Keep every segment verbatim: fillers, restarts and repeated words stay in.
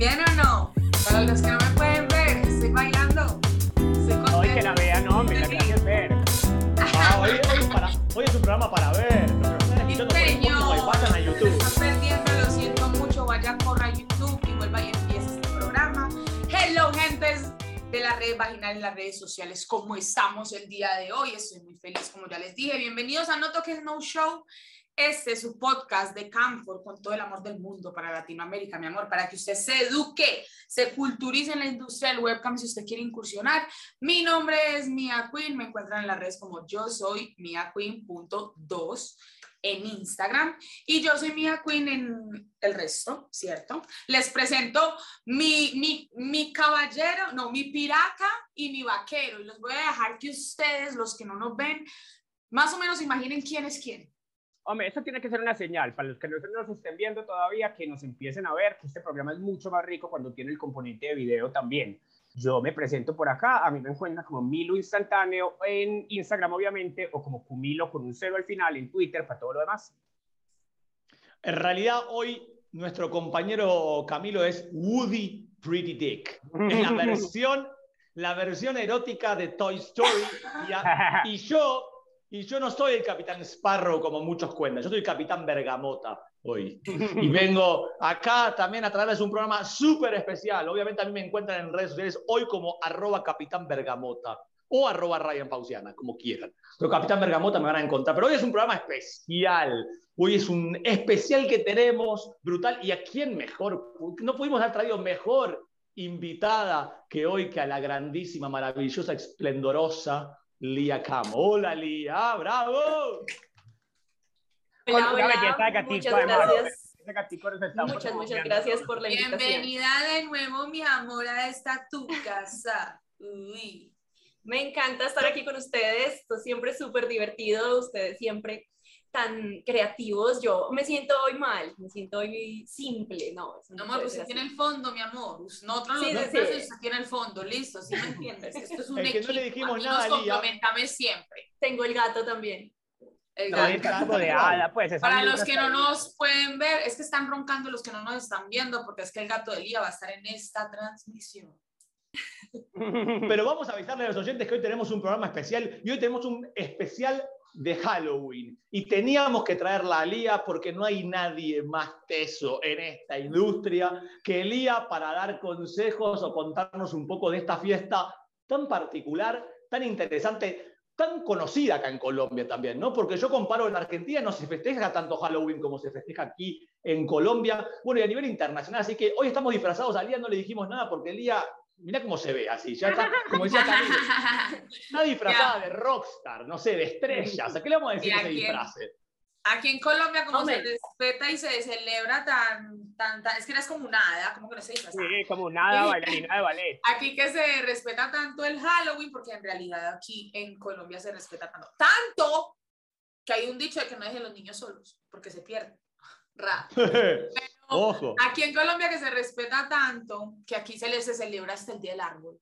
¿Bien o no? Para los que no me pueden ver, estoy bailando. Estoy contenta. Hoy que la vean, no, me la quieres ver. Ah, hoy, hoy, para, hoy es un programa para ver. Los que nos están escuchando por Spotify, vayan a Se YouTube. están perdiendo, lo siento mucho. Vaya, corra a YouTube y vuelva y empiece este programa. Hello, gentes de las redes vaginales, las redes sociales. ¿Cómo estamos el día de hoy? Estoy muy feliz, como ya les dije. Bienvenidos a No Toques No Show. Este es su podcast de Camfor con todo el amor del mundo para Latinoamérica, mi amor, para que usted se eduque, se culturice en la industria del webcam si usted quiere incursionar. Mi nombre es Mia Queen, me encuentran en las redes como yo soy mia queen punto dos en Instagram y yo soy Mia Queen en el resto, ¿cierto? Les presento mi, mi, mi caballero, no, mi piraca y mi vaquero y los voy a dejar que ustedes, los que no nos ven, más o menos imaginen quién es quién. Hombre, eso tiene que ser una señal para los que no nos estén viendo todavía, que nos empiecen a ver que este programa es mucho más rico cuando tiene el componente de video también. Yo me presento por acá, a mí me encuentran como Milo Instantáneo en Instagram, obviamente, o como Cumilo con un cero al final en Twitter, para todo lo demás. En realidad, hoy nuestro compañero Camilo es Woody Pretty Dick. Es la versión, la versión erótica de Toy Story. Y, a, y yo... Y yo no soy el Capitán Sparrow como muchos cuentan, yo soy el Capitán Bergamota hoy. Y vengo acá también a traerles un programa súper especial. Obviamente a mí me encuentran en redes sociales hoy como arroba Capitán Bergamota o arroba Ryan Pausiana, como quieran. Pero Capitán Bergamota me van a encontrar. Pero hoy es un programa especial. Hoy es un especial que tenemos brutal. ¿Y a quién mejor? No pudimos haber traído mejor invitada que hoy que a la grandísima, maravillosa, esplendorosa Lía Camo. Hola, Lía, bravo. Hola, hola, muchas gracias. Muchas, muchas gracias por la invitación. Bienvenida de nuevo, mi amor, a esta tu casa. Uy. Me encanta estar aquí con ustedes, esto siempre es súper divertido, ustedes siempre tan creativos. Yo me siento hoy mal, me siento hoy simple, no. No, no amor, usted tiene el fondo, mi amor. Nosotros sí, los sí, dos, sí. usted tiene el fondo, listo, ¿sí me entiendes? Esto es un el que equipo, no le dijimos aquí nada, nos complementamos siempre. Tengo el gato también. El no, gato. está como de hada, pues. Para los que no nos pueden ver, es que están roncando los que no nos están viendo, porque es que el gato de Lía va a estar en esta transmisión. Pero vamos a avisarle a los oyentes que hoy tenemos un programa especial y hoy tenemos un especial de Halloween y teníamos que traerla a Lía porque no hay nadie más teso en esta industria que Lía para dar consejos o contarnos un poco de esta fiesta tan particular, tan interesante, tan conocida acá en Colombia también, ¿no? Porque yo comparo, en Argentina no se festeja tanto Halloween como se festeja aquí en Colombia, bueno, y a nivel internacional, así que hoy estamos disfrazados. A Lía no le dijimos nada porque Lía, mirá cómo se ve así, ya está, como decía Camilo, está disfrazada de rockstar, no sé, de estrella. ¿A qué le vamos a decir que se disfrace? Aquí en Colombia, como Hombre. se respeta y se celebra tan, tan, tan, es que eres como una hada, como que no se disfraza. Sí, como nada, bailarina de ballet. Aquí que se respeta tanto el Halloween, porque en realidad aquí en Colombia se respeta tanto, tanto que hay un dicho de que no dejen los niños solos, porque se pierden. Ra. Pero Ojo. aquí en Colombia que se respeta tanto que aquí se les se celebra hasta el día del árbol.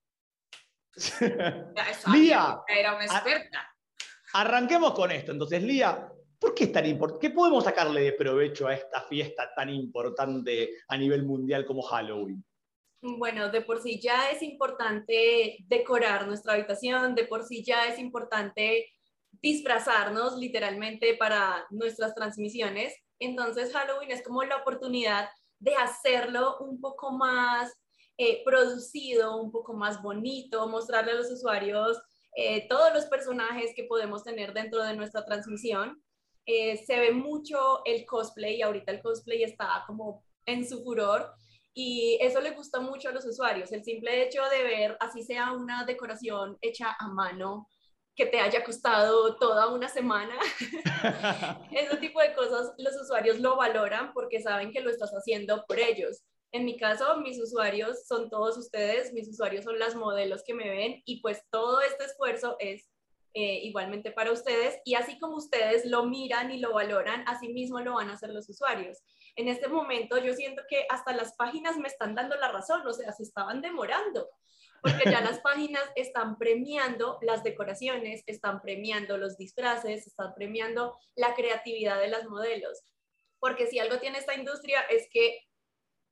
Eso, Lía, era una experta. Arranquemos con esto. Entonces, Lía, ¿por qué es tan importante? ¿Qué podemos sacarle de provecho a esta fiesta tan importante a nivel mundial como Halloween? Bueno, de por sí ya es importante decorar nuestra habitación, de por sí ya es importante disfrazarnos literalmente para nuestras transmisiones. Entonces Halloween es como la oportunidad de hacerlo un poco más eh, producido, un poco más bonito, mostrarle a los usuarios eh, todos los personajes que podemos tener dentro de nuestra transmisión. Eh, se ve mucho el cosplay y ahorita el cosplay está como en su furor y eso le gusta mucho a los usuarios, el simple hecho de ver así sea una decoración hecha a mano que te haya costado toda una semana. Ese tipo de cosas los usuarios lo valoran porque saben que lo estás haciendo por ellos. En mi caso, mis usuarios son todos ustedes, mis usuarios son las modelos que me ven y pues todo este esfuerzo es eh, igualmente para ustedes y así como ustedes lo miran y lo valoran, así mismo lo van a hacer los usuarios. En este momento yo siento que hasta las páginas me están dando la razón, o sea, se estaban demorando. Porque ya las páginas están premiando las decoraciones, están premiando los disfraces, están premiando la creatividad de las modelos. Porque si algo tiene esta industria es que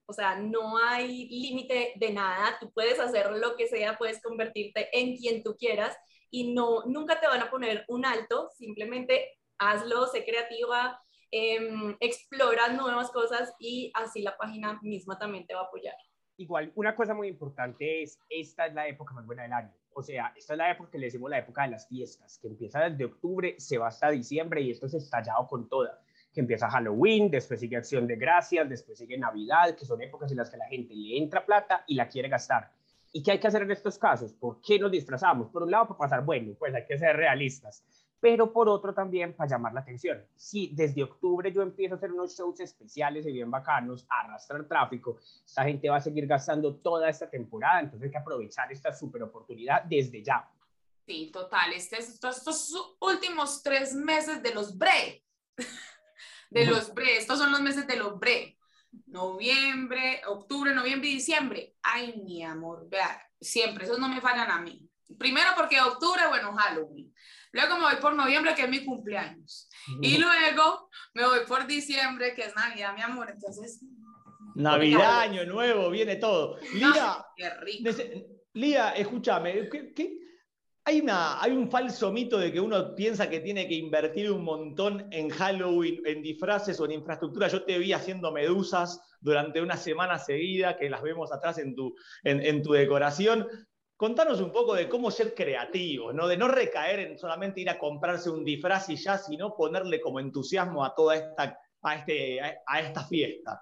O sea, no hay límite de nada, tú puedes hacer lo que sea, puedes convertirte en quien tú quieras y no, nunca te van a poner un alto, simplemente hazlo, sé creativa, eh, explora nuevas cosas y así la página misma también te va a apoyar. Igual, una cosa muy importante es, esta es la época más buena del año. O sea, esta es la época que le decimos la época de las fiestas, que empieza desde octubre, se va hasta diciembre y esto es estallado con toda. Que empieza Halloween, después sigue Acción de Gracias, después sigue Navidad, que son épocas en las que la gente le entra plata y la quiere gastar. ¿Y qué hay que hacer en estos casos? ¿Por qué nos disfrazamos? Por un lado, para pasar bueno, pues hay que ser realistas. Pero por otro también para llamar la atención. Si desde octubre yo empiezo a hacer unos shows especiales y bien bacanos, a arrastrar tráfico, esta gente va a seguir gastando toda esta temporada, entonces hay que aprovechar esta super oportunidad desde ya. Sí, total. Este, estos, estos últimos tres meses de los bre, de los bre, estos son los meses de los bre. Noviembre, octubre, noviembre y diciembre. Ay, mi amor, vea, siempre, esos no me fallan a mí. Primero porque octubre, bueno, Halloween. Luego me voy por noviembre, que es mi cumpleaños. Uh-huh. Y luego me voy por diciembre, que es Navidad, mi amor. Entonces... Navidad, Año Nuevo, viene todo. Lía, no, qué rico. Lía, escúchame, ¿qué, qué? Hay, una, hay un falso mito de que uno piensa que tiene que invertir un montón en Halloween, en disfraces o en infraestructura. Yo te vi haciendo medusas durante una semana seguida, que las vemos atrás en tu, en, en tu decoración. Contanos un poco de cómo ser creativos, ¿no? De no recaer en solamente ir a comprarse un disfraz y ya, sino ponerle como entusiasmo a toda esta, a este, a esta fiesta.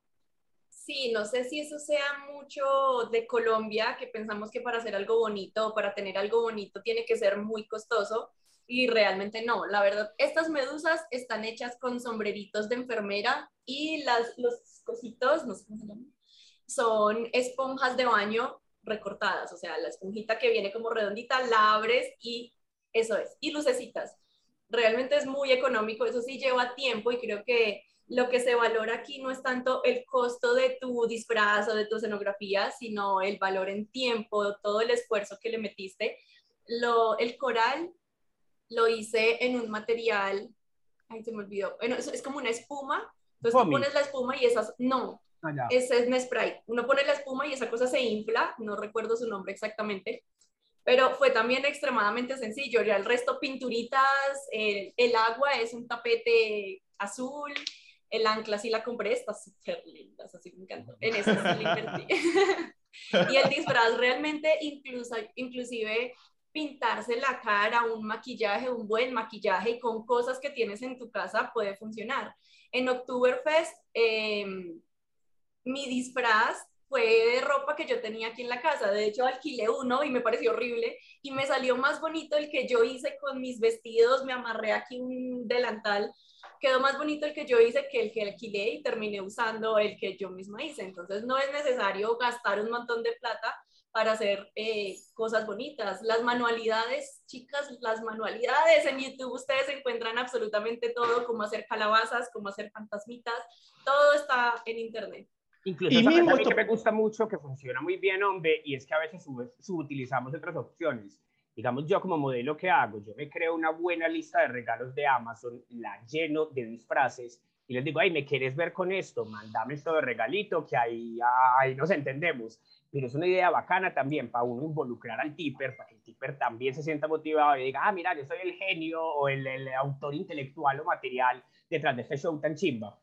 Sí, no sé si eso sea mucho de Colombia, que pensamos que para hacer algo bonito o para tener algo bonito tiene que ser muy costoso, y realmente no. La verdad, estas medusas están hechas con sombreritos de enfermera y las, los cositos, no sé cómo se llaman, son esponjas de baño recortadas, o sea, la esponjita que viene como redondita, la abres y eso es, y lucecitas. Realmente es muy económico, eso sí lleva tiempo y creo que lo que se valora aquí no es tanto el costo de tu disfraz o de tu escenografía, sino el valor en tiempo, todo el esfuerzo que le metiste. Lo, el coral lo hice en un material, ay, se me olvidó, bueno, es, es como una espuma, entonces tú pones la espuma y esas, no, ah, ese es Nesprite, uno pone la espuma y esa cosa se infla, no recuerdo su nombre exactamente, pero fue también extremadamente sencillo. Ya el resto, pinturitas, el, el agua es un tapete azul, el ancla sí la compré, está súper linda, así me encantó, en eso sí le invertí. Y el disfraz realmente, incluso, inclusive pintarse la cara, un maquillaje, un buen maquillaje y con cosas que tienes en tu casa puede funcionar. En Oktoberfest, eh, mi disfraz fue de ropa que yo tenía aquí en la casa. De hecho, alquilé uno y me pareció horrible y me salió más bonito el que yo hice con mis vestidos. Me amarré aquí un delantal. Quedó más bonito el que yo hice que el que alquilé y terminé usando el que yo misma hice. Entonces, no es necesario gastar un montón de plata para hacer eh, cosas bonitas. Las manualidades, chicas, las manualidades en YouTube, ustedes encuentran absolutamente todo, cómo hacer calabazas, cómo hacer fantasmitas, todo está en internet. Incluso y mismo esto... que me gusta mucho, que funciona muy bien, hombre, y es que a veces sub subutilizamos otras opciones. Digamos, yo como modelo, ¿qué hago? Yo me creo una buena lista de regalos de Amazon, la lleno de disfraces, y les digo, ay, ¿me quieres ver con esto? Mándame esto de regalito, que ahí, ahí nos entendemos. Pero es una idea bacana también para uno involucrar al tipper, para que el tipper también se sienta motivado y diga, ah, mira, yo soy el genio o el, el autor intelectual o material detrás de este show tan chimba.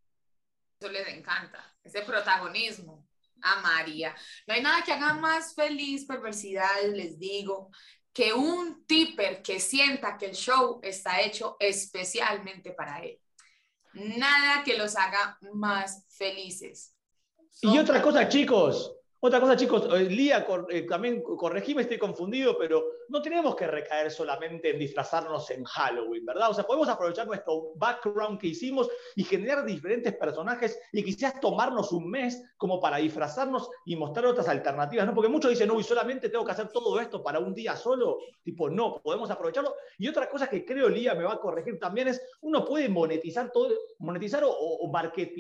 Eso les encanta, ese protagonismo a María. No hay nada que haga más feliz, perversidades, les digo, que un tipper que sienta que el show está hecho especialmente para él. Nada que los haga más felices. Son y otra cosa, chicos, otra cosa, chicos, Lía, eh, también corregime, estoy confundido, pero no tenemos que recaer solamente en disfrazarnos en Halloween, ¿verdad? O sea, podemos aprovechar nuestro background que hicimos y generar diferentes personajes y quizás tomarnos un mes como para disfrazarnos y mostrar otras alternativas, ¿no? Porque muchos dicen, uy, solamente tengo que hacer todo esto para un día solo. Tipo, no, podemos aprovecharlo. Y otra cosa que creo Lía me va a corregir también es, uno puede monetizar todo, monetizar o, o marketing,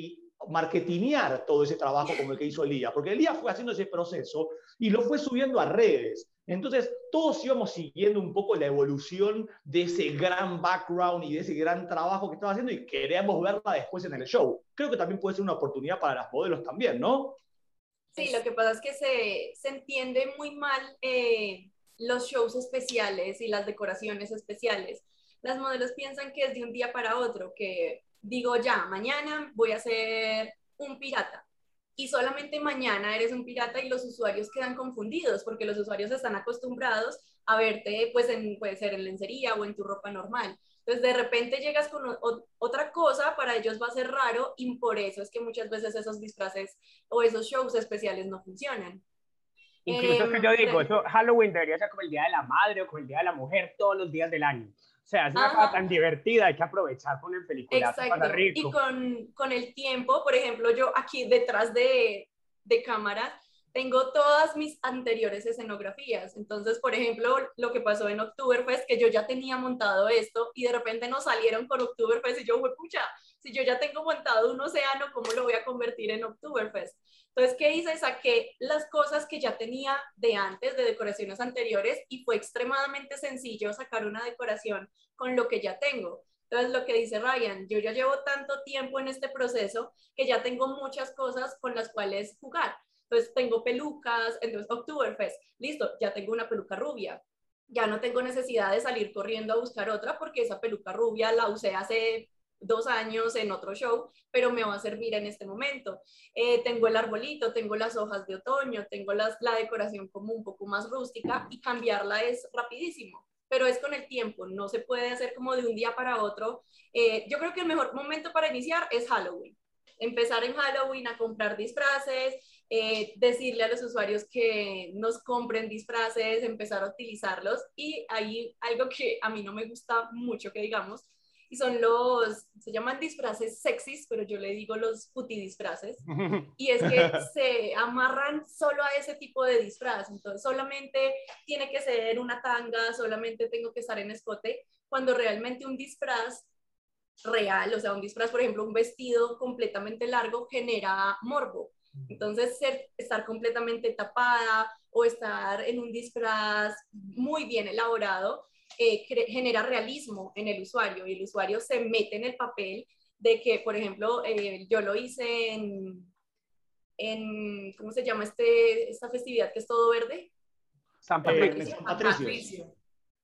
marketinear todo ese trabajo como el que hizo Elías, porque Elías fue haciendo ese proceso y lo fue subiendo a redes. Entonces, todos íbamos siguiendo un poco la evolución de ese gran background y de ese gran trabajo que estaba haciendo y queríamos verla después en el show. Creo que también puede ser una oportunidad para las modelos también, ¿no? Sí, lo que pasa es que se, se entiende muy mal eh, los shows especiales y las decoraciones especiales. Las modelos piensan que es de un día para otro, que digo ya, mañana voy a ser un pirata. Y solamente mañana eres un pirata y los usuarios quedan confundidos porque los usuarios están acostumbrados a verte, pues en, puede ser en lencería o en tu ropa normal. Entonces de repente llegas con o, otra cosa, para ellos va a ser raro y por eso es que muchas veces esos disfraces o esos shows especiales no funcionan. Incluso Eh, es que yo digo, eso, Halloween debería ser como el Día de la Madre o como el Día de la Mujer todos los días del año. O sea, es una Ajá. cosa tan divertida, hay que aprovechar con el peliculazo para Exacto. rico. Y con, con el tiempo, por ejemplo, yo aquí detrás de, de cámara tengo todas mis anteriores escenografías. Entonces, por ejemplo, lo que pasó en Oktoberfest, que yo ya tenía montado esto y de repente nos salieron con Oktoberfest y yo, pucha, si yo ya tengo montado un océano, ¿cómo lo voy a convertir en Oktoberfest? Entonces, ¿qué hice? Saqué las cosas que ya tenía de antes, de decoraciones anteriores, y fue extremadamente sencillo sacar una decoración con lo que ya tengo. Entonces, lo que dice Ryan, yo ya llevo tanto tiempo en este proceso que ya tengo muchas cosas con las cuales jugar. Entonces, tengo pelucas, entonces, Oktoberfest, listo, ya tengo una peluca rubia. Ya no tengo necesidad de salir corriendo a buscar otra porque esa peluca rubia la usé hace dos años en otro show, pero me va a servir en este momento. Eh, tengo el arbolito, tengo las hojas de otoño, tengo las, la decoración como un poco más rústica y cambiarla es rapidísimo, pero es con el tiempo, no se puede hacer como de un día para otro. Eh, yo creo que el mejor momento para iniciar es Halloween. Empezar en Halloween a comprar disfraces, eh, decirle a los usuarios que nos compren disfraces, empezar a utilizarlos. Y hay algo que a mí no me gusta mucho que digamos, y son los, se llaman disfraces sexys, pero yo le digo los puti disfraces, y es que se amarran solo a ese tipo de disfraz, entonces solamente tiene que ser una tanga, solamente tengo que estar en escote, cuando realmente un disfraz real, o sea, un disfraz, por ejemplo, un vestido completamente largo genera morbo. Entonces, ser, estar completamente tapada o estar en un disfraz muy bien elaborado eh, genera realismo en el usuario y el usuario se mete en el papel de que, por ejemplo, eh, yo lo hice en, en, ¿cómo se llama este, esta festividad que es todo verde? San Patricio. Eh, San Patricio.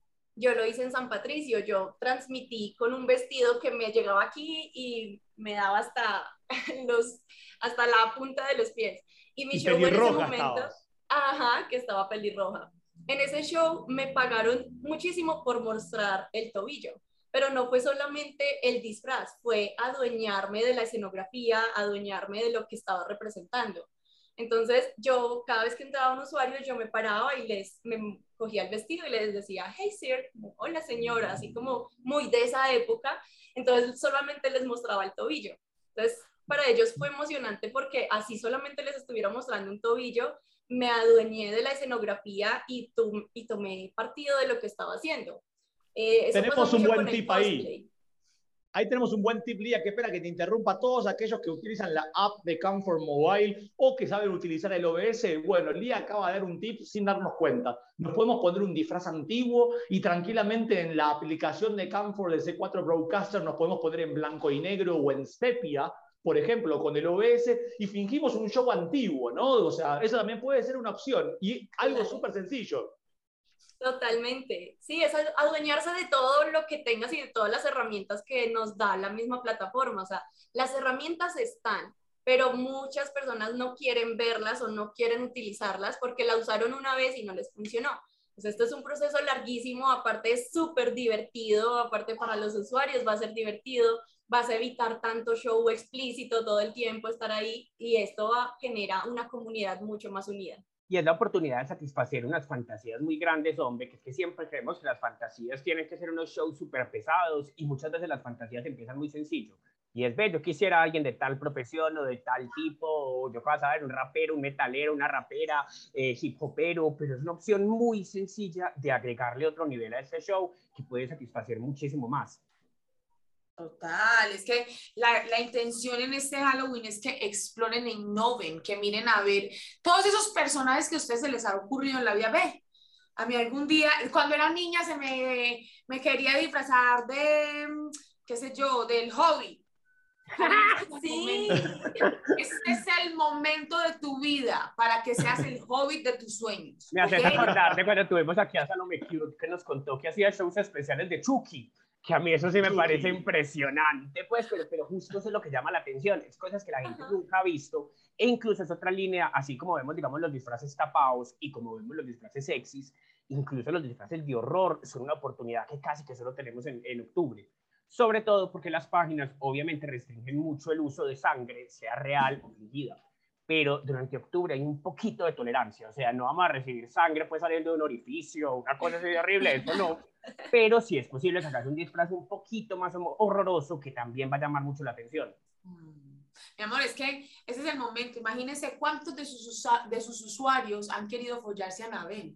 Yo lo hice en San Patricio, yo transmití con un vestido que me llegaba aquí y me daba hasta, los, hasta la punta de los pies. Y mi y show en ese momento, estabas. ajá, que estaba pelirroja. En ese show me pagaron muchísimo por mostrar el tobillo, pero no fue solamente el disfraz, fue adueñarme de la escenografía, adueñarme de lo que estaba representando. Entonces, yo cada vez que entraba un usuario, yo me paraba y les me cogía el vestido y les decía, hey sir, hola señora, así como muy de esa época. Entonces, solamente les mostraba el tobillo. Entonces, para ellos fue emocionante porque así solamente les estuviera mostrando un tobillo, me adueñé de la escenografía y, to y tomé partido de lo que estaba haciendo. Eh, eso Tenemos pasa un mucho buen con el tip cosplay. ahí. Ahí tenemos un buen tip, Lía, que espera que te interrumpa. Todos aquellos que utilizan la app de Comfort Mobile o que saben utilizar el O B S, bueno, Lía acaba de dar un tip sin darnos cuenta. Nos podemos poner un disfraz antiguo y tranquilamente en la aplicación de Comfort de C cuatro Broadcaster nos podemos poner en blanco y negro o en sepia, por ejemplo, con el O B S y fingimos un show antiguo, ¿no? O sea, eso también puede ser una opción y algo Claro. súper sencillo. Totalmente. Sí, es adueñarse de todo lo que tengas y de todas las herramientas que nos da la misma plataforma. O sea, las herramientas están, pero muchas personas no quieren verlas o no quieren utilizarlas porque la usaron una vez y no les funcionó. Pues esto es un proceso larguísimo, aparte es súper divertido, aparte para los usuarios va a ser divertido, vas a evitar tanto show explícito todo el tiempo, estar ahí, y esto va, genera una comunidad mucho más unida. Y es la oportunidad de satisfacer unas fantasías muy grandes, hombre, que es que siempre creemos que las fantasías tienen que ser unos shows súper pesados y muchas veces las fantasías empiezan muy sencillo. Y es, ve, yo quisiera a alguien de tal profesión o de tal tipo, o yo puedo saber, un rapero, un metalero, una rapera, eh, hip hopero, pero es una opción muy sencilla de agregarle otro nivel a este show que puede satisfacer muchísimo más. Total, es que la, la intención en este Halloween es que exploren e innoven, que miren a ver todos esos personajes que a ustedes se les ha ocurrido en la vida. Ve, a mí algún día, cuando era niña, se me, me quería disfrazar de, qué sé yo, del Hobbit. Sí. Este es el momento de tu vida para que seas el Hobbit de tus sueños. Me haces ¿Okay? acordar de cuando tuvimos aquí a Salome Cute, que nos contó que hacía shows especiales de Chucky, que a mí eso sí me Chucky. parece impresionante, pues, pero, pero justo eso es lo que llama la atención, es cosas que la gente Ajá. nunca ha visto, e incluso es otra línea, así como vemos, digamos, los disfraces tapados y como vemos los disfraces sexys, incluso los disfraces de horror son una oportunidad que casi que solo tenemos en, en octubre. Sobre todo porque las páginas obviamente restringen mucho el uso de sangre, sea real o fingida. Pero durante octubre hay un poquito de tolerancia, o sea, no vamos a recibir sangre pues saliendo de un orificio, una cosa así de horrible, eso no. Pero sí es posible sacar un disfraz un poquito más horroroso que también va a llamar mucho la atención. Mi amor, es que ese es el momento. Imagínense cuántos de sus, de sus usuarios han querido follarse a Anabel.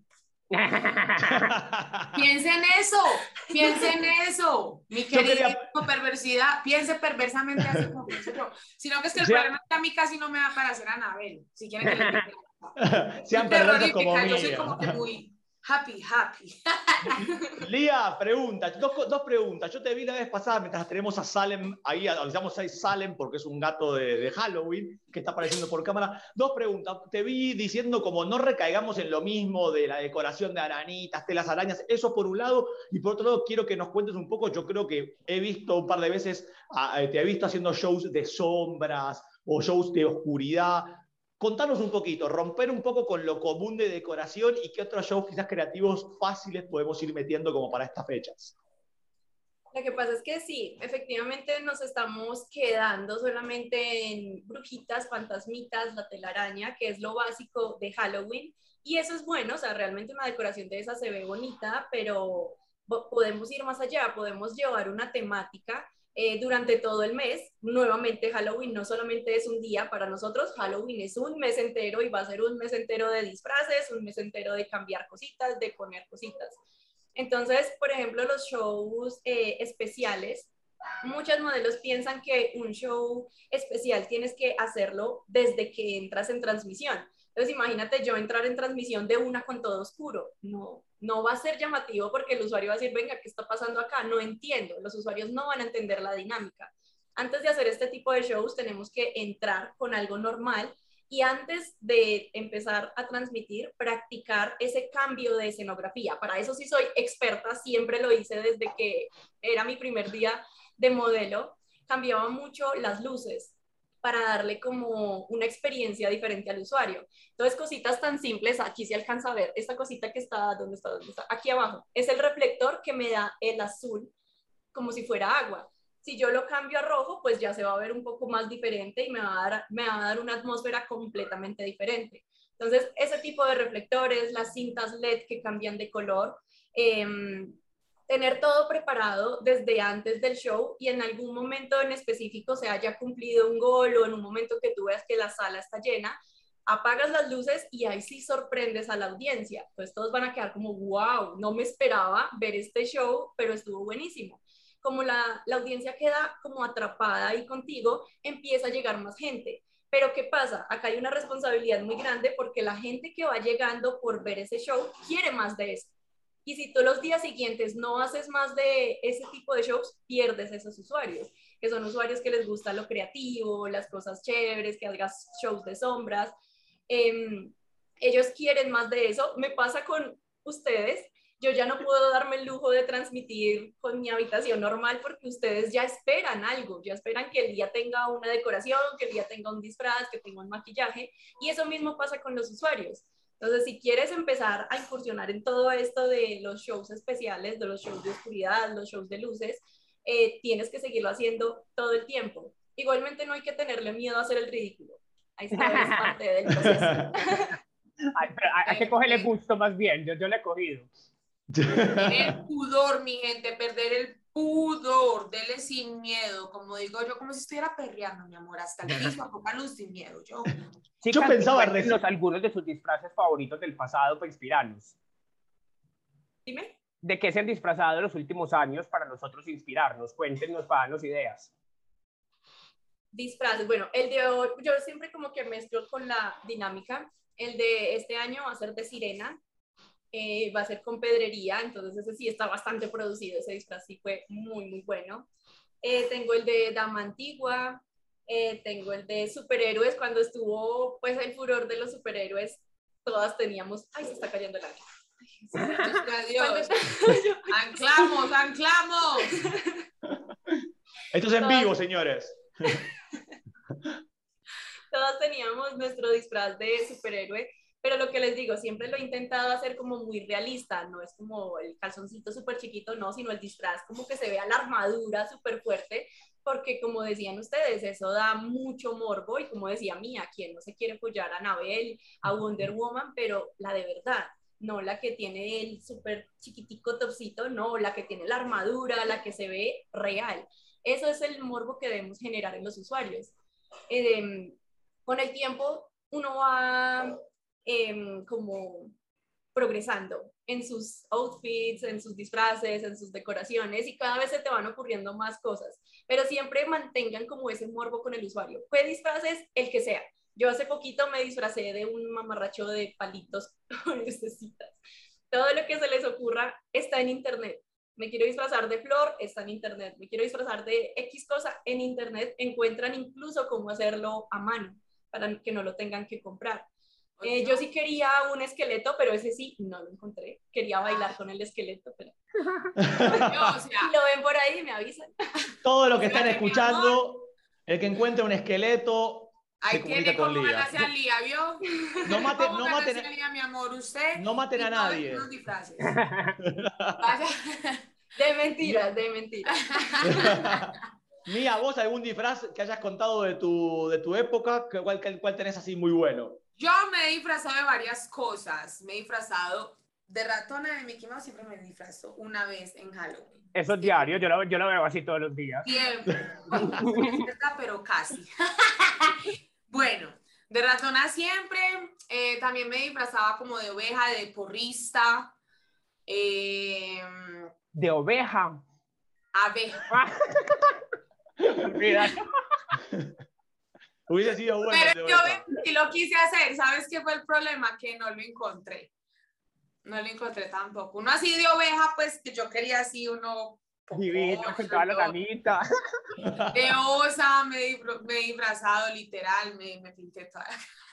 Piense en eso, piense en eso, mi querida quería... perversidad, piense perversamente así como pienso yo. Sino que es que el o sea, problema es que a mí casi no me da para hacer Anabel. Si quieren que le diga. Sean perversas como yo Mía. soy como que muy happy, happy. Lía, pregunta, dos, dos preguntas. Yo te vi la vez pasada mientras tenemos a Salem ahí, avisamos a Salem porque es un gato de, de Halloween que está apareciendo por cámara. Dos preguntas. Te vi diciendo como no recaigamos en lo mismo de la decoración de aranitas, telas arañas, eso por un lado. Y por otro lado, quiero que nos cuentes un poco. Yo creo que he visto un par de veces, te he visto haciendo shows de sombras o shows de oscuridad. Contanos un poquito, romper un poco con lo común de decoración y qué otros shows quizás creativos fáciles podemos ir metiendo como para estas fechas. Lo que pasa es que sí, efectivamente nos estamos quedando solamente en brujitas, fantasmitas, la telaraña, que es lo básico de Halloween. Y eso es bueno, o sea, realmente una decoración de esa se ve bonita, pero podemos ir más allá, podemos llevar una temática Eh, durante todo el mes. Nuevamente Halloween no solamente es un día para nosotros, Halloween es un mes entero y va a ser un mes entero de disfraces, un mes entero de cambiar cositas, de poner cositas. Entonces, por ejemplo, los shows eh, especiales, muchos modelos piensan que un show especial tienes que hacerlo desde que entras en transmisión. Entonces, imagínate yo entrar en transmisión de una con todo oscuro. No, no va a ser llamativo porque el usuario va a decir, venga, ¿qué está pasando acá? No entiendo. Los usuarios no van a entender la dinámica. Antes de hacer este tipo de shows, tenemos que entrar con algo normal y antes de empezar a transmitir, practicar ese cambio de escenografía. Para eso sí soy experta, siempre lo hice desde que era mi primer día de modelo. Cambiaba mucho las luces para darle como una experiencia diferente al usuario. Entonces, cositas tan simples, aquí se alcanza a ver, esta cosita que está, ¿dónde está? ¿Dónde está? Aquí abajo, es el reflector que me da el azul, como si fuera agua. Si yo lo cambio a rojo, pues ya se va a ver un poco más diferente y me va a dar, me va a dar una atmósfera completamente diferente. Entonces, ese tipo de reflectores, las cintas L E D que cambian de color, eh, tener todo preparado desde antes del show y en algún momento en específico se haya cumplido un gol o en un momento que tú veas que la sala está llena, apagas las luces y ahí sí sorprendes a la audiencia. Pues todos van a quedar como, wow, no me esperaba ver este show, pero estuvo buenísimo. Como la, la audiencia queda como atrapada ahí contigo, empieza a llegar más gente. Pero ¿qué pasa? Acá hay una responsabilidad muy grande porque la gente que va llegando por ver ese show quiere más de eso. Y si tú los días siguientes no haces más de ese tipo de shows, pierdes esos usuarios, que son usuarios que les gusta lo creativo, las cosas chéveres, que hagas shows de sombras. Eh, ellos quieren más de eso. Me pasa con ustedes. Yo ya no puedo darme el lujo de transmitir con mi habitación normal porque ustedes ya esperan algo, ya esperan que el día tenga una decoración, que el día tenga un disfraz, que tenga un maquillaje. Y eso mismo pasa con los usuarios. Entonces, si quieres empezar a incursionar en todo esto de los shows especiales, de los shows de oscuridad, los shows de luces, eh, tienes que seguirlo haciendo todo el tiempo. Igualmente no hay que tenerle miedo a hacer el ridículo. Ahí está, es parte del proceso. Hay, hay que cogerle gusto más bien, yo, yo le he cogido. El pudor, mi gente, perder el pudor, dele sin miedo, como digo yo, como si estuviera perreando, mi amor, hasta el piso, a poca luz, sin miedo, yo. Chicas, yo pensaba en algunos de sus disfraces favoritos del pasado para inspirarnos. Dime. ¿De qué se han disfrazado en los últimos años para nosotros inspirarnos? Cuéntenos para darnos ideas. Disfraces, bueno, el de hoy, yo siempre como que mezclo con la dinámica. El de este año va a ser de sirena, eh, va a ser con pedrería, entonces ese sí está bastante producido, ese disfraz sí fue muy, muy bueno. Eh, tengo el de dama antigua, eh, tengo el de superhéroes, cuando estuvo pues el furor de los superhéroes, todas teníamos, ay, se está cayendo el aire. Adiós. Anclamos, anclamos. Esto es en vivo, señores. Todos teníamos nuestro disfraz de superhéroe, pero lo que les digo, siempre lo he intentado hacer como muy realista, no es como el calzoncito súper chiquito, no, sino el disfraz como que se vea la armadura súper fuerte, porque como decían ustedes, eso da mucho morbo, y como decía Mía, ¿quién no se quiere follar a Anabel, a Wonder Woman? Pero la de verdad, no la que tiene el súper chiquitico topsito, no, la que tiene la armadura, la que se ve real. Eso es el morbo que debemos generar en los usuarios. Eh, con el tiempo, uno va eh, como progresando en sus outfits, en sus disfraces, en sus decoraciones, y cada vez se te van ocurriendo más cosas, pero siempre mantengan como ese morbo con el usuario. ¿Qué disfraces? El que sea. Yo hace poquito me disfracé de un mamarracho de palitos con lucecitas. Todo lo que se les ocurra está en internet. Me quiero disfrazar de flor, está en internet. Me quiero disfrazar de X cosa, en internet encuentran incluso cómo hacerlo a mano, para que no lo tengan que comprar. Eh, yo sí quería un esqueleto, pero ese sí no lo encontré. Quería bailar con el esqueleto, pero... Yo, o sea, si lo ven por ahí, me avisan. Todo lo que están escuchando, el que encuentre un esqueleto, ahí se comunica tiene con cómo Lía. ganarse a Lía, ¿vio? No maten, ¿Cómo no ganarse maten, a Lía, mi amor? Usted no maten y a todos nadie. los disfraces. Vaya. De mentiras, de mentiras. Mía, ¿vos algún disfraz que hayas contado de tu, de tu época? ¿Cuál, cuál tenés así muy bueno? Yo me he disfrazado de varias cosas. Me he disfrazado de ratona de Mickey Mouse, siempre me disfrazo una vez en Halloween. Eso es diario, yo lo, yo lo veo así todos los días. Siempre. Es verdad, pero casi. Bueno, de ratona siempre. Eh, también me disfrazaba como de oveja, de porrista. Eh, de oveja. Abeja. Hubiese sido bueno. Pero yo sí lo quise hacer. ¿Sabes qué fue el problema? Que no lo encontré. No lo encontré tampoco. Uno así de oveja, pues que yo quería así uno... Divino, con toda la lanita. De osa, me, me he disfrazado literal, me, me pinté toda.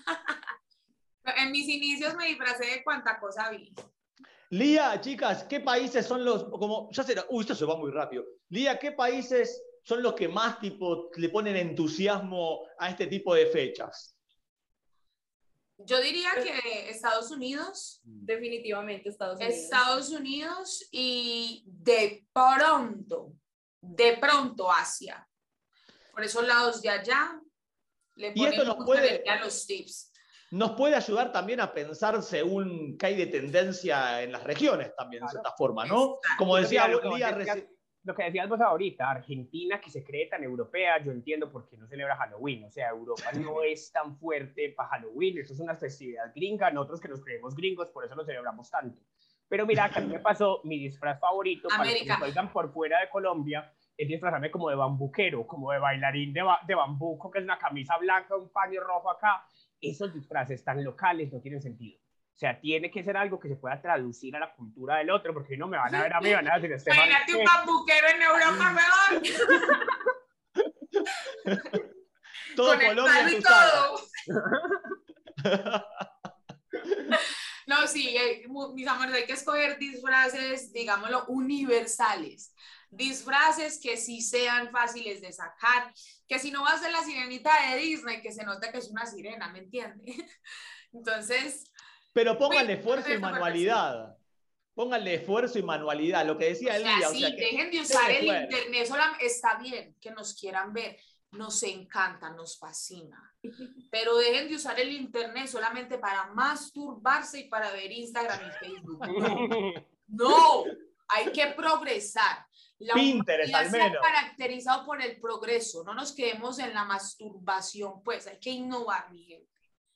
En mis inicios me disfracé de cuánta cosa vi. Lía, chicas, ¿qué países son los, como, ya será, uy, esto se va muy rápido. Lía, ¿qué países son los que más tipo le ponen entusiasmo a este tipo de fechas? Yo diría que Estados Unidos. Definitivamente Estados Unidos. Estados Unidos y de pronto, de pronto Asia. Por esos lados de allá le y esto nos puede, a los tips. Nos puede ayudar también a pensar según qué hay de tendencia en las regiones también, claro, de cierta forma, ¿no? Exacto. Como decía lo, que Lía, decías, lo que decías vos ahorita, Argentina, que se cree tan europea, yo entiendo por qué no celebra Halloween. O sea, Europa no es tan fuerte para Halloween, eso es una festividad gringa, nosotros que nos creemos gringos, por eso lo celebramos tanto. Pero mira, que a mí me pasó mi disfraz favorito, América. Para los que me oigan por fuera de Colombia, es disfrazarme como de bambuquero, como de bailarín de, ba de bambuco, que es una camisa blanca, un paño rojo acá. Esos disfraces tan locales no tienen sentido. O sea, tiene que ser algo que se pueda traducir a la cultura del otro, porque no me van a ver a mí, van a decir, este imagínate un bambuquero en Europa, mejor. Todo con Colombia el en todo. No, sí, eh, mis amores, hay que escoger disfraces, digámoslo, universales. Disfraces que sí sean fáciles de sacar, que si no vas a ser la sirenita de Disney, que se nota que es una sirena, ¿me entiendes? Entonces... Pero pónganle esfuerzo y manualidad. Pónganle esfuerzo y manualidad, lo que decía o sea, Elvia. Sí, o sea, que dejen de usar el fuera. internet, solamente, está bien que nos quieran ver, nos encanta, nos fascina, pero dejen de usar el internet solamente para masturbarse y para ver Instagram y Facebook. No, no, hay que progresar. La Pinterest, al menos. Se ha caracterizado por el progreso, no nos quedemos en la masturbación, pues hay que innovar, mi gente.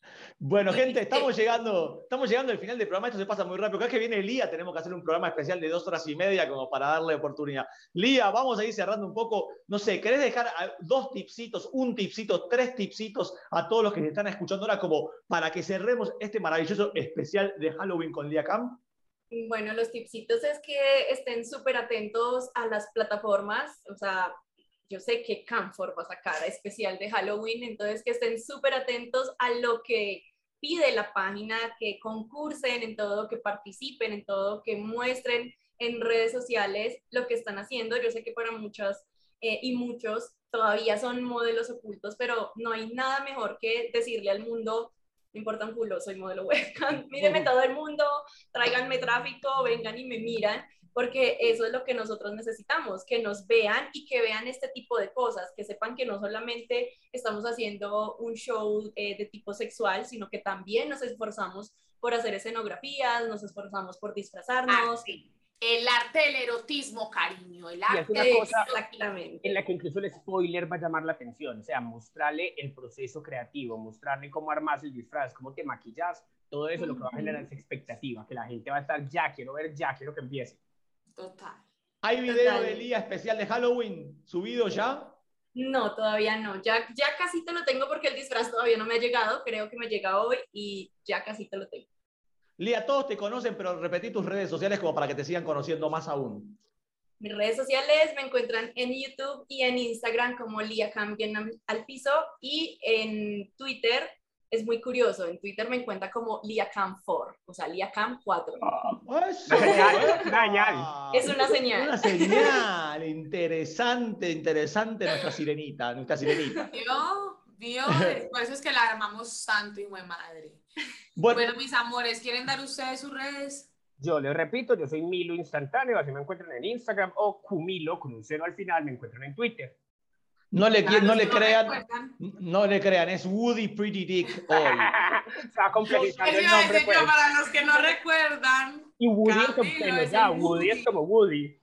Bueno, gente, estamos llegando, estamos llegando al final del programa. Esto se pasa muy rápido. Cada vez que viene Lía, tenemos que hacer un programa especial de dos horas y media como para darle oportunidad. Lía, vamos a ir cerrando un poco. No sé, ¿querés dejar dos tipsitos, un tipsito, tres tipsitos a todos los que se están escuchando ahora como para que cerremos este maravilloso especial de Halloween con Lía Camp? Bueno, los tipsitos es que estén súper atentos a las plataformas. O sea, yo sé que Camfor va a sacar especial de Halloween, entonces que estén súper atentos a lo que pide la página, que concursen en todo, que participen en todo, que muestren en redes sociales lo que están haciendo. Yo sé que para muchas eh, y muchos todavía son modelos ocultos, pero no hay nada mejor que decirle al mundo, no importa un culo, soy modelo webcam, mírenme todo el mundo, tráiganme tráfico, vengan y me miran, porque eso es lo que nosotros necesitamos, que nos vean y que vean este tipo de cosas, que sepan que no solamente estamos haciendo un show eh, de tipo sexual, sino que también nos esforzamos por hacer escenografías, nos esforzamos por disfrazarnos. Ah, sí. El arte del erotismo, cariño, el arte. Y es una cosa exactamente en la que incluso el spoiler va a llamar la atención, o sea, mostrarle el proceso creativo, mostrarle cómo armas el disfraz, cómo te maquillas, todo eso uh-huh. Lo que va a generar es expectativa, que la gente va a estar, ya quiero ver, ya quiero que empiece. Total. ¿Hay video Total. de Lía especial de Halloween subido ya? No, todavía no. Ya, ya casi te lo tengo porque el disfraz todavía no me ha llegado. Creo que me llega hoy y ya casi te lo tengo. Lía, todos te conocen, pero repetí tus redes sociales como para que te sigan conociendo más aún. Mis redes sociales me encuentran en YouTube y en Instagram como Lía Cambien al piso, y en Twitter es muy curioso. En Twitter me encuentra como Lía Cam cuatro, o sea, Lía Cam cuatro. Oh, eso, una señal. Es una señal. Una señal. Interesante, interesante nuestra sirenita, nuestra sirenita. ¿Vio? ¿Vio? Por eso es que la armamos tanto, hijo de madre. Bueno, bueno, mis amores, ¿quieren dar ustedes sus redes? Yo les repito, yo soy Milo Instantáneo, así me encuentran en Instagram, o Cumilo con un cero al final, me encuentran en Twitter. No le, Claro, no le no crean, recuerdan. no le crean, es Woody Pretty Dick hoy. Se va complejizando el Yo iba a nombre, decir pues. yo, para los que no recuerdan. Y Woody es como, Camilo es ya, el Woody Woody. es como Woody.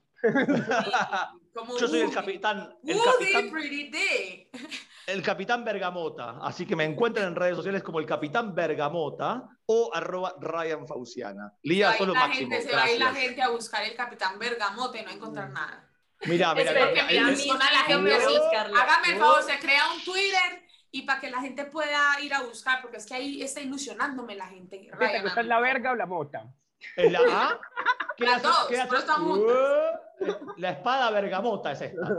Como Yo soy el Woody. capitán, el Woody capitán, Pretty Dick. el capitán Bergamota, así que me encuentran en redes sociales como el capitán Bergamota o arroba Ryan Fauciana. Lía, Ahí sos lo la máximo. gente, se va a ir la Gracias. gente a buscar el capitán Bergamote y no a encontrar nada. Mira, mira, Es porque mira, mira, mira, mi- a la gente me voy así, a buscarla. hágame el favor, se crea un Twitter y para que la gente pueda ir a buscar, porque es que ahí está ilusionándome la gente. ¿Te Ryan, gusta la verga o la mota? ¿es la A? ¿Qué Las hace- dos, qué hace? pero están Uh, La espada Bergamota es esta.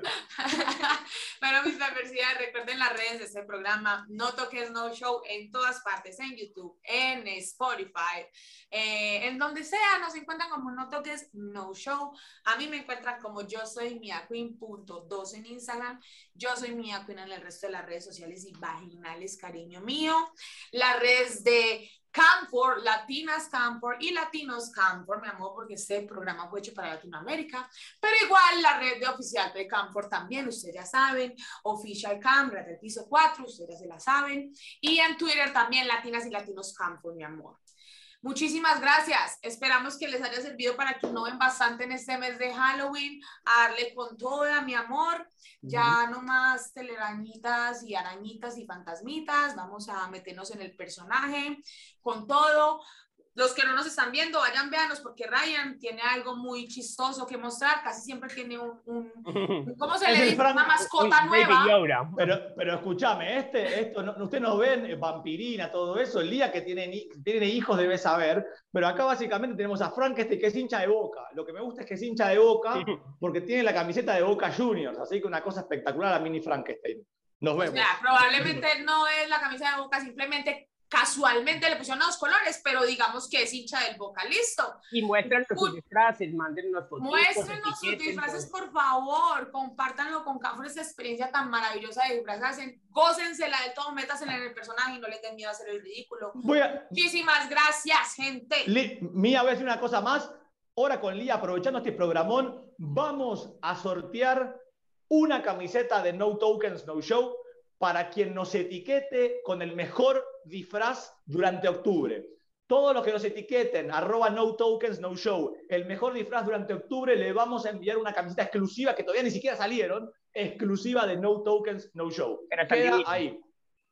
Bueno, mis perversidades, recuerden las redes de este programa, No Toques No Show, en todas partes, en YouTube, en Spotify, eh, en donde sea, nos encuentran como No Toques No Show. A mí me encuentran como yo soy miaqueen punto dos en Instagram, yo soy miaqueen en el resto de las redes sociales y vaginales, cariño mío. Las redes de Camfor, Latinas Camfor y Latinos Camfor, mi amor, porque este programa fue hecho para Latinoamérica, pero igual la red de oficial de Camfor también, ustedes ya saben, Official Cam, Red del Piso cuatro, ustedes ya se la saben, y en Twitter también Latinas y Latinos Camfor, mi amor. Muchísimas gracias, esperamos que les haya servido para que innoven bastante en este mes de Halloween, a darle con toda, mi amor, ya no más telarañitas y arañitas y fantasmitas, vamos a meternos en el personaje, con todo. Los que no nos están viendo, vayan, véanos, porque Ryan tiene algo muy chistoso que mostrar, casi siempre tiene un, un, un ¿cómo se Es le el dice? Frank- Una mascota Uy, Baby nueva. Yoda. Pero, pero escúchame, este, esto, no, ustedes nos ven, eh, vampirina, todo eso, el día que tienen, hi- tiene hijos debe saber, pero acá básicamente tenemos a Frank este que es hincha de Boca. Lo que me gusta es que es hincha de Boca porque tiene la camiseta de Boca Juniors, así que una cosa espectacular a Mini Frankenstein. Nos O vemos. sea, probablemente no es la camisa de Boca, simplemente casualmente le pusieron los colores, pero digamos que es hincha del Boca, listo. Y muéstranos sus Uy. disfraces, mándennos fotos. Muéstrenos sus disfraces, por favor, compártanlo con Camfor, esta experiencia tan maravillosa de disfrazarse, gócensela de todo, métasela en el personaje y no les den miedo a hacer el ridículo. Voy a, Muchísimas gracias, gente. Li- Mía, voy a decir una cosa más. Ahora con Lía, aprovechando este programón, vamos a sortear una camiseta de No Tokens No Show para quien nos etiquete con el mejor disfraz durante octubre. Todos los que nos etiqueten, arroba No Tokens No Show, el mejor disfraz durante octubre, le vamos a enviar una camiseta exclusiva que todavía ni siquiera salieron, exclusiva de No Tokens No Show. Pero está Queda divino. ahí.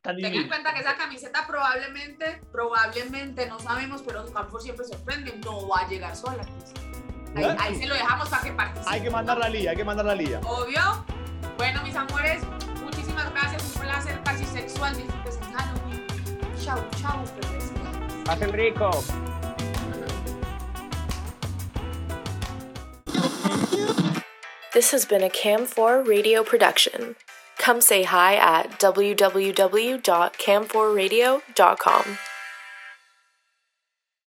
Tan Ten en divino. cuenta que esa camiseta probablemente, probablemente, no sabemos, pero Camfor siempre sorprende, no va a llegar sola. Pues. Ahí, ¿Eh? ahí se lo dejamos para que participe. Hay que mandar la liga, hay que mandar la liga. Obvio. Bueno, mis amores, muchísimas gracias. Un placer casi sexual. Disfrutes en Halloween. Chau, chau, bebés. Pasen rico. This has been a Cam four radio production. Come say hi at w w w dot cam four radio dot com.